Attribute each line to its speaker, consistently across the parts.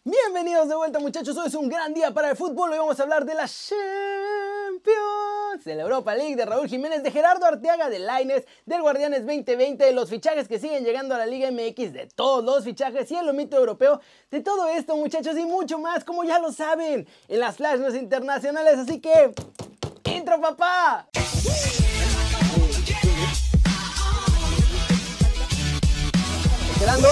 Speaker 1: Bienvenidos de vuelta, muchachos. Hoy es un gran día para el fútbol. Hoy vamos a hablar de la Champions, de la Europa League, de Raúl Jiménez, de Gerardo Arteaga, de Lainez, del Guardianes 2020, de los fichajes que siguen llegando a la Liga MX, de todos los fichajes y el lomito europeo, de todo esto, muchachos, y mucho más, como ya lo saben, en las Flash News internacionales. Así que, ¡intro, papá! Quedando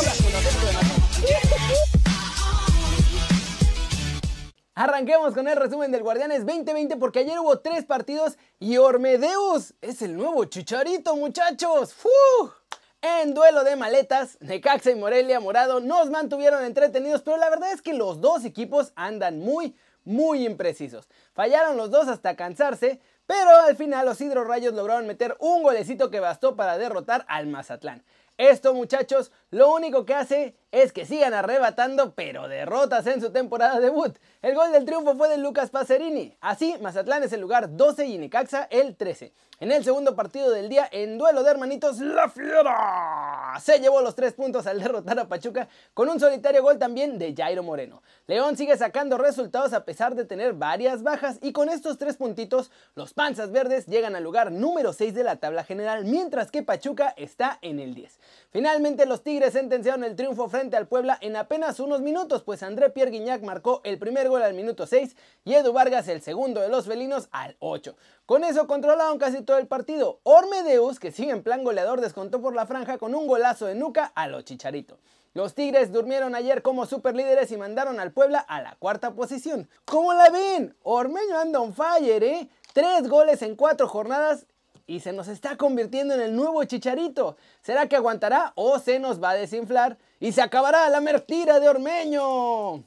Speaker 1: Arranquemos con el resumen del Guardianes 2020 porque ayer hubo 3 partidos y Ormedeus es el nuevo Chicharito, muchachos. ¡Fu! En duelo de maletas, Necaxa y Morelia Morado nos mantuvieron entretenidos, pero la verdad es que los dos equipos andan muy imprecisos. Fallaron los dos hasta cansarse, pero al final los hidrorrayos lograron meter un golecito que bastó para derrotar al Mazatlán. Esto, muchachos, lo único que hace es que sigan arrebatando, pero derrotas en su temporada debut. El gol del triunfo fue de Lucas Pacerini. Así, Mazatlán es el lugar 12 y Necaxa el 13. En el segundo partido del día, en duelo de hermanitos, La Fiera se llevó los 3 puntos al derrotar a Pachuca con un solitario gol también de Jairo Moreno. León sigue sacando resultados a pesar de tener varias bajas y con estos 3 puntitos, los Panzas Verdes llegan al lugar número 6 de la tabla general, mientras que Pachuca está en el 10. Finalmente, los Tigres sentenciaron el triunfo frente al Puebla en apenas unos minutos, pues André Pierre Guignac marcó el primer gol al minuto 6 y Edu Vargas el segundo de los felinos al 8. Con eso controlaron casi todo el partido. Ormedeus, que sigue en plan goleador, descontó por la franja con un golazo de nuca a los Chicharito. Los Tigres durmieron ayer como superlíderes y mandaron al Puebla a la 4ª posición. ¿Cómo la ven? Ormeño anda on fire, ¿eh? 3 goles en 4 jornadas y se nos está convirtiendo en el nuevo Chicharito. ¿Será que aguantará o se nos va a desinflar y se acabará la mentira de Ormeño?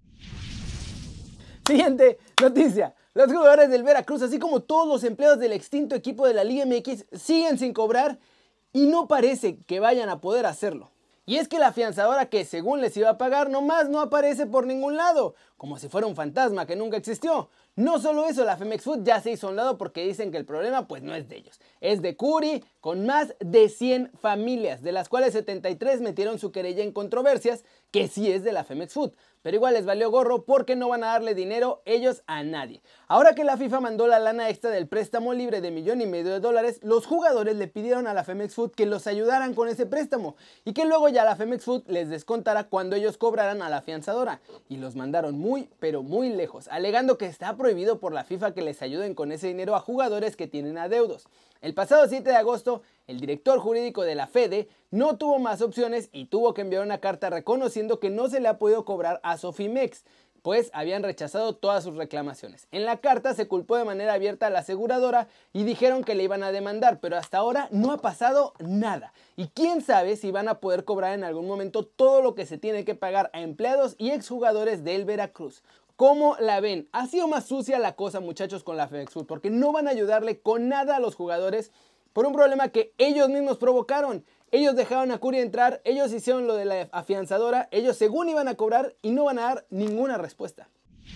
Speaker 1: Siguiente noticia. Los jugadores del Veracruz, así como todos los empleados del extinto equipo de la Liga MX, siguen sin cobrar y no parece que vayan a poder hacerlo. Y es que la afianzadora que según les iba a pagar nomás no aparece por ningún lado, como si fuera un fantasma que nunca existió. No solo eso, la Femex Food ya se hizo a un lado porque dicen que el problema pues no es de ellos. Es de Curi, con más de 100 familias, de las cuales 73 metieron su querella en controversias, que sí es de la Femex Food. Pero igual les valió gorro porque no van a darle dinero ellos a nadie. Ahora que la FIFA mandó la lana extra del préstamo libre de $1,500,000, los jugadores le pidieron a la Femex Food que los ayudaran con ese préstamo y que luego ya la Femex Food les descontara cuando ellos cobraran a la afianzadora. Y los mandaron muy lejos, alegando que está prohibido por la FIFA que les ayuden con ese dinero a jugadores que tienen adeudos. El pasado 7 de agosto, el director jurídico de la Fede no tuvo más opciones y tuvo que enviar una carta reconociendo que no se le ha podido cobrar a Sofimex, pues habían rechazado todas sus reclamaciones. En la carta se culpó de manera abierta a la aseguradora y dijeron que le iban a demandar, pero hasta ahora no ha pasado nada. Y quién sabe si van a poder cobrar en algún momento todo lo que se tiene que pagar a empleados y exjugadores del Veracruz. ¿Cómo la ven? Ha sido más sucia la cosa, muchachos, con la Femex Food, porque no van a ayudarle con nada a los jugadores por un problema que ellos mismos provocaron. Ellos dejaron a Curi entrar, ellos hicieron lo de la afianzadora, ellos según iban a cobrar y no van a dar ninguna respuesta.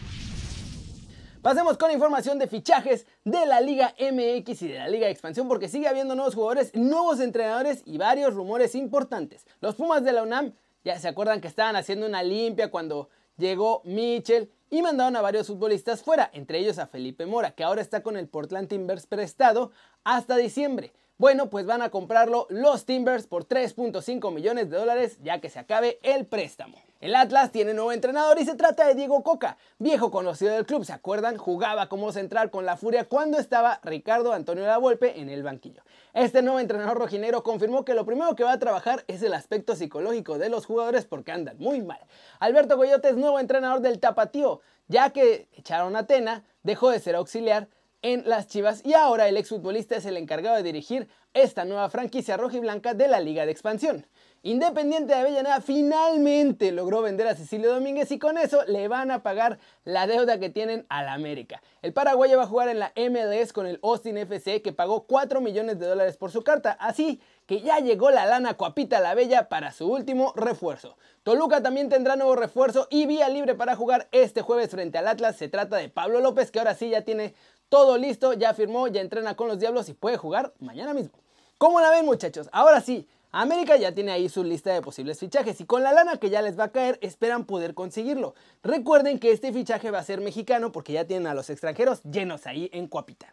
Speaker 1: Pasemos con información de fichajes de la Liga MX y de la Liga de Expansión porque sigue habiendo nuevos jugadores, nuevos entrenadores y varios rumores importantes. Los Pumas de la UNAM, ya se acuerdan que estaban haciendo una limpia cuando llegó Mitchell y mandaron a varios futbolistas fuera, entre ellos a Felipe Mora, que ahora está con el Portland Timbers prestado hasta diciembre. Bueno, pues van a comprarlo los Timbers por $3.5 millones, ya que se acabe el préstamo. El Atlas tiene nuevo entrenador y se trata de Diego Coca, viejo conocido del club, ¿se acuerdan? Jugaba como central con la Furia cuando estaba Ricardo Antonio Lavolpe en el banquillo. Este nuevo entrenador rojinegro confirmó que lo primero que va a trabajar es el aspecto psicológico de los jugadores porque andan muy mal. Alberto Coyote es nuevo entrenador del Tapatío, ya que echaron a Tena, dejó de ser auxiliar en las Chivas y ahora el exfutbolista es el encargado de dirigir esta nueva franquicia rojiblanca de la Liga de Expansión. Independiente de Avellaneda finalmente logró vender a Cecilio Domínguez y con eso le van a pagar la deuda que tienen a la América. El paraguayo va a jugar en la MLS con el Austin FC que pagó $4 millones por su carta, así que ya llegó la lana Coapita la Bella para su último refuerzo. Toluca también tendrá nuevo refuerzo y vía libre para jugar este jueves frente al Atlas. Se trata de Pablo López, que ahora sí ya tiene todo listo, ya firmó, ya entrena con los Diablos y puede jugar mañana mismo. ¿Cómo la ven, muchachos? Ahora sí, América ya tiene ahí su lista de posibles fichajes y con la lana que ya les va a caer esperan poder conseguirlo. Recuerden que este fichaje va a ser mexicano porque ya tienen a los extranjeros llenos ahí en Cuapita.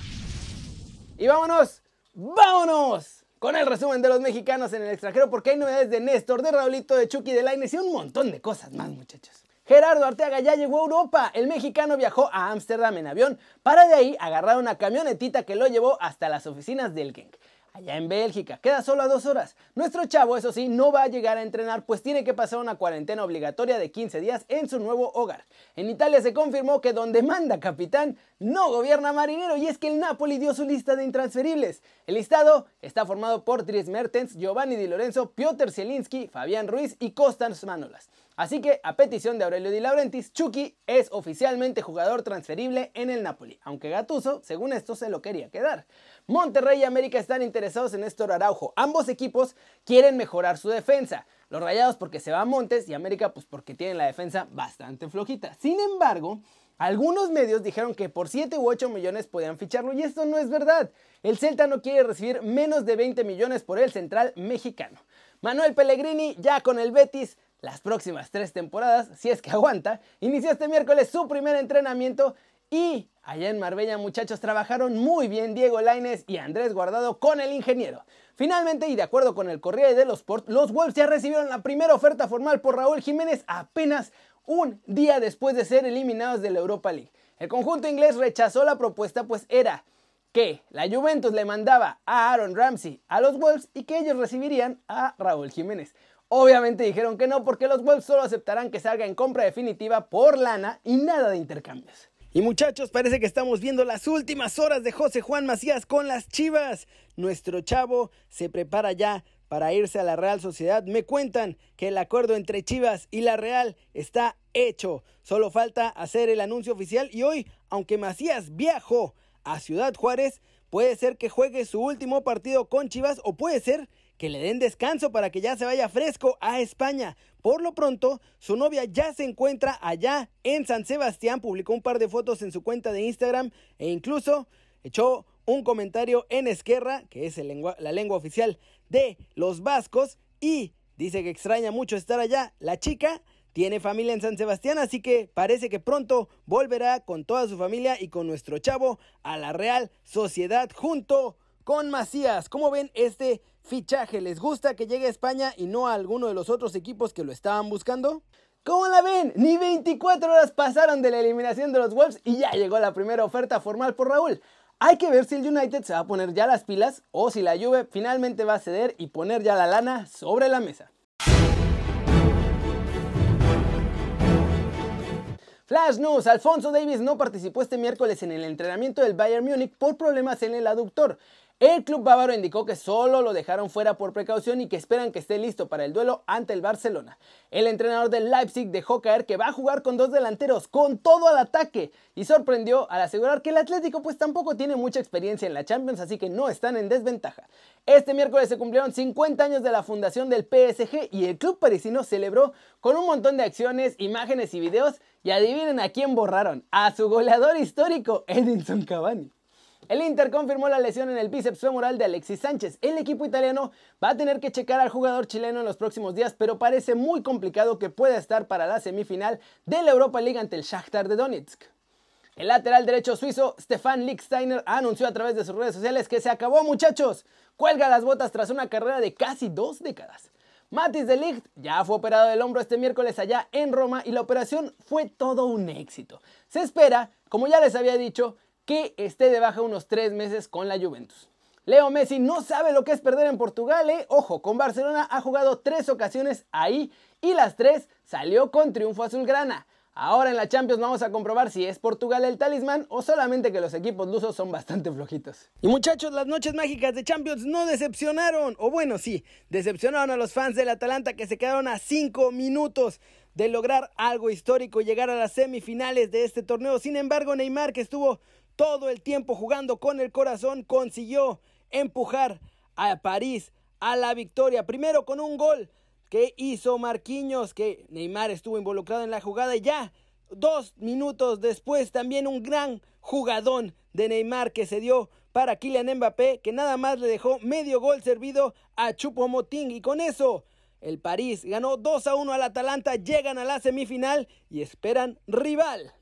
Speaker 1: Y vámonos con el resumen de los mexicanos en el extranjero porque hay novedades de Néstor, de Raulito, de Chucky, de Lainez y un montón de cosas más, muchachos. Gerardo Arteaga ya llegó a Europa. El mexicano viajó a Ámsterdam en avión para de ahí agarrar una camionetita que lo llevó hasta las oficinas del Genk, allá en Bélgica. Queda solo a 2 horas. Nuestro chavo, eso sí, no va a llegar a entrenar, pues tiene que pasar una cuarentena obligatoria de 15 días en su nuevo hogar. En Italia se confirmó que donde manda capitán, no gobierna marinero, y es que el Napoli dio su lista de intransferibles. El listado está formado por Dries Mertens, Giovanni Di Lorenzo, Piotr Zielinski, Fabián Ruiz y Kostas Manolas. Así que, a petición de Aurelio Di Laurentiis, Chucky es oficialmente jugador transferible en el Napoli, aunque Gattuso, según esto, se lo quería quedar. Monterrey y América están interesados en Néstor Araujo. Ambos equipos quieren mejorar su defensa. Los Rayados porque se va a Montes y América pues porque tienen la defensa bastante flojita. Sin embargo, algunos medios dijeron que por 7 u 8 millones podían ficharlo y esto no es verdad. El Celta no quiere recibir menos de 20 millones por el central mexicano. Manuel Pellegrini ya con el Betis las próximas 3 temporadas, si es que aguanta, inició este miércoles su primer entrenamiento y allá en Marbella, muchachos, trabajaron muy bien Diego Lainez y Andrés Guardado con el ingeniero. Finalmente, y de acuerdo con el Corriere dello Sport, los Wolves ya recibieron la primera oferta formal por Raúl Jiménez apenas un día después de ser eliminados de la Europa League. El conjunto inglés rechazó la propuesta, pues era que la Juventus le mandaba a Aaron Ramsey a los Wolves y que ellos recibirían a Raúl Jiménez. Obviamente dijeron que no, porque los Wolves solo aceptarán que salga en compra definitiva por lana y nada de intercambios. Y muchachos, parece que estamos viendo las últimas horas de José Juan Macías con las Chivas. Nuestro chavo se prepara ya para irse a la Real Sociedad. Me cuentan que el acuerdo entre Chivas y la Real está hecho. Solo falta hacer el anuncio oficial y hoy, aunque Macías viajó a Ciudad Juárez, puede ser que juegue su último partido con Chivas o puede ser que le den descanso para que ya se vaya fresco a España. Por lo pronto, su novia ya se encuentra allá en San Sebastián, publicó un par de fotos en su cuenta de Instagram e incluso echó un comentario en Esquerra, que es la lengua oficial de los vascos, y dice que extraña mucho estar allá. La chica tiene familia en San Sebastián, así que parece que pronto volverá con toda su familia y con nuestro chavo a la Real Sociedad junto con Macías. ¿Cómo ven este fichaje? ¿Les gusta que llegue a España y no a alguno de los otros equipos que lo estaban buscando? ¿Cómo la ven? Ni 24 horas pasaron de la eliminación de los Wolves y ya llegó la primera oferta formal por Raúl. Hay que ver si el United se va a poner ya las pilas o si la Juve finalmente va a ceder y poner ya la lana sobre la mesa. Flash News: Alphonso Davies no participó este miércoles en el entrenamiento del Bayern Múnich por problemas en el aductor. El club bávaro indicó que solo lo dejaron fuera por precaución y que esperan que esté listo para el duelo ante el Barcelona. El entrenador del Leipzig dejó caer que va a jugar con 2 delanteros, con todo al ataque, y sorprendió al asegurar que el Atlético pues tampoco tiene mucha experiencia en la Champions, así que no están en desventaja. Este miércoles se cumplieron 50 años de la fundación del PSG y el club parisino celebró con un montón de acciones, imágenes y videos, y adivinen a quién borraron: a su goleador histórico, Edinson Cavani. El Inter confirmó la lesión en el bíceps femoral de Alexis Sánchez. El equipo italiano va a tener que checar al jugador chileno en los próximos días, pero parece muy complicado que pueda estar para la semifinal de la Europa League ante el Shakhtar de Donetsk. El lateral derecho suizo Stefan Lichtsteiner anunció a través de sus redes sociales que se acabó, muchachos. Cuelga las botas tras una carrera de casi 2 décadas. Matthijs de Ligt ya fue operado del hombro este miércoles allá en Roma y la operación fue todo un éxito. Se espera, como ya les había dicho, que esté de baja unos 3 meses con la Juventus. Leo Messi no sabe lo que es perder en Portugal, Ojo, con Barcelona ha jugado 3 ocasiones ahí y las 3 salió con triunfo azulgrana. Ahora en la Champions vamos a comprobar si es Portugal el talismán o solamente que los equipos lusos son bastante flojitos. Y muchachos, las noches mágicas de Champions no decepcionaron, o bueno, sí, decepcionaron a los fans del Atalanta, que se quedaron a 5 minutos de lograr algo histórico y llegar a las semifinales de este torneo. Sin embargo, Neymar, que estuvo todo el tiempo jugando con el corazón, consiguió empujar a París a la victoria. Primero con un gol que hizo Marquinhos, que Neymar estuvo involucrado en la jugada y ya 2 minutos después, también un gran jugadón de Neymar que se dio para Kylian Mbappé, que nada más le dejó medio gol servido a Choupo-Moting, y con eso el París ganó 2-1 al Atalanta, llegan a la semifinal y esperan rival.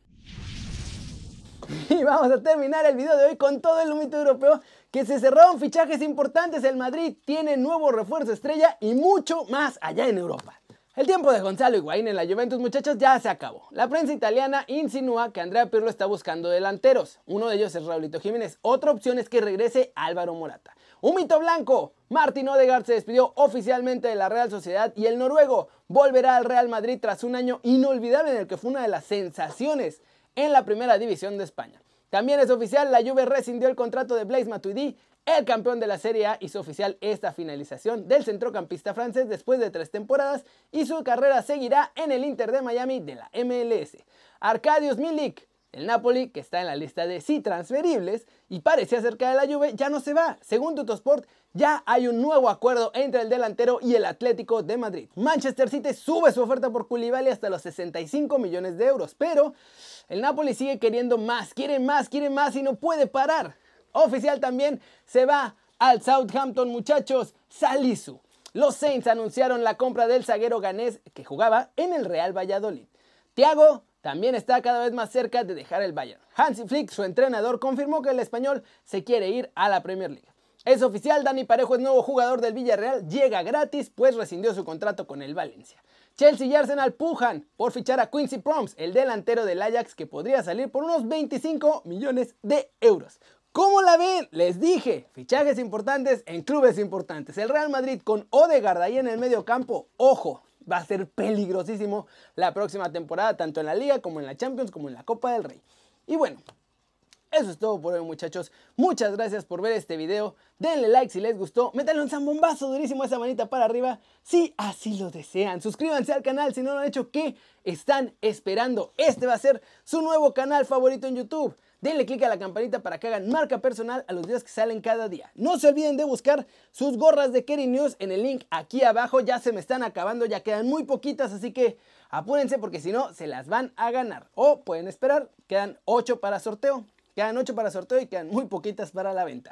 Speaker 1: Y vamos a terminar el video de hoy con todo el ámbito europeo, que se cerraron fichajes importantes. El Madrid tiene nuevo refuerzo estrella y mucho más allá en Europa. El tiempo de Gonzalo Higuaín en la Juventus, muchachos, ya se acabó. La prensa italiana insinúa que Andrea Pirlo está buscando delanteros. Uno de ellos es Raulito Jiménez. Otra opción es que regrese Álvaro Morata. Un mito blanco. Martin Odegaard se despidió oficialmente de la Real Sociedad y el noruego volverá al Real Madrid tras un año inolvidable en el que fue una de las sensaciones en la primera división de España. También es oficial, la Juve rescindió el contrato de Blaise Matuidi. El campeón de la Serie A hizo oficial esta finalización del centrocampista francés después de 3 temporadas y su carrera seguirá en el Inter de Miami de la MLS. Arkadiusz Milik, el Napoli, que está en la lista de sí transferibles y parecía cerca de la Juve, ya no se va. Según Tuttosport, ya hay un nuevo acuerdo entre el delantero y el Atlético de Madrid. Manchester City sube su oferta por Koulibaly hasta los 65 millones de euros, pero el Napoli sigue queriendo más, quiere más y no puede parar. Oficial también, se va al Southampton, muchachos, Salisu. Los Saints anunciaron la compra del zaguero ganés que jugaba en el Real Valladolid. Thiago también está cada vez más cerca de dejar el Bayern. Hansi Flick, su entrenador, confirmó que el español se quiere ir a la Premier League. Es oficial, Dani Parejo es nuevo jugador del Villarreal, llega gratis pues rescindió su contrato con el Valencia. Chelsea y Arsenal pujan por fichar a Quincy Promes, el delantero del Ajax, que podría salir por unos 25 millones de euros. ¿Cómo la ven? Les dije, fichajes importantes en clubes importantes. El Real Madrid con Odegaard ahí en el medio campo, ojo, va a ser peligrosísimo la próxima temporada, tanto en la Liga como en la Champions como en la Copa del Rey. Y bueno, eso es todo por hoy, muchachos. Muchas gracias por ver este video. Denle like si les gustó. Métanle un zambombazo durísimo a esa manita para arriba si así lo desean. Suscríbanse al canal si no lo han hecho. ¿Qué están esperando? Este va a ser su nuevo canal favorito en YouTube. Denle click a la campanita para que hagan marca personal a los videos que salen cada día. No se olviden de buscar sus gorras de Keri News en el link aquí abajo. Ya se me están acabando, ya quedan muy poquitas, así que apúrense porque si no se las van a ganar. O pueden esperar, quedan 8 para sorteo. Quedan 8 para sorteo y quedan muy poquitas para la venta.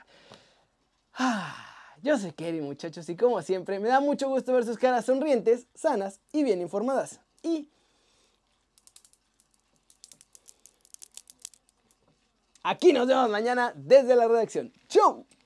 Speaker 1: Yo soy Keri, muchachos, y como siempre me da mucho gusto ver sus caras sonrientes, sanas y bien informadas. Y aquí nos vemos mañana desde la redacción. ¡Chau!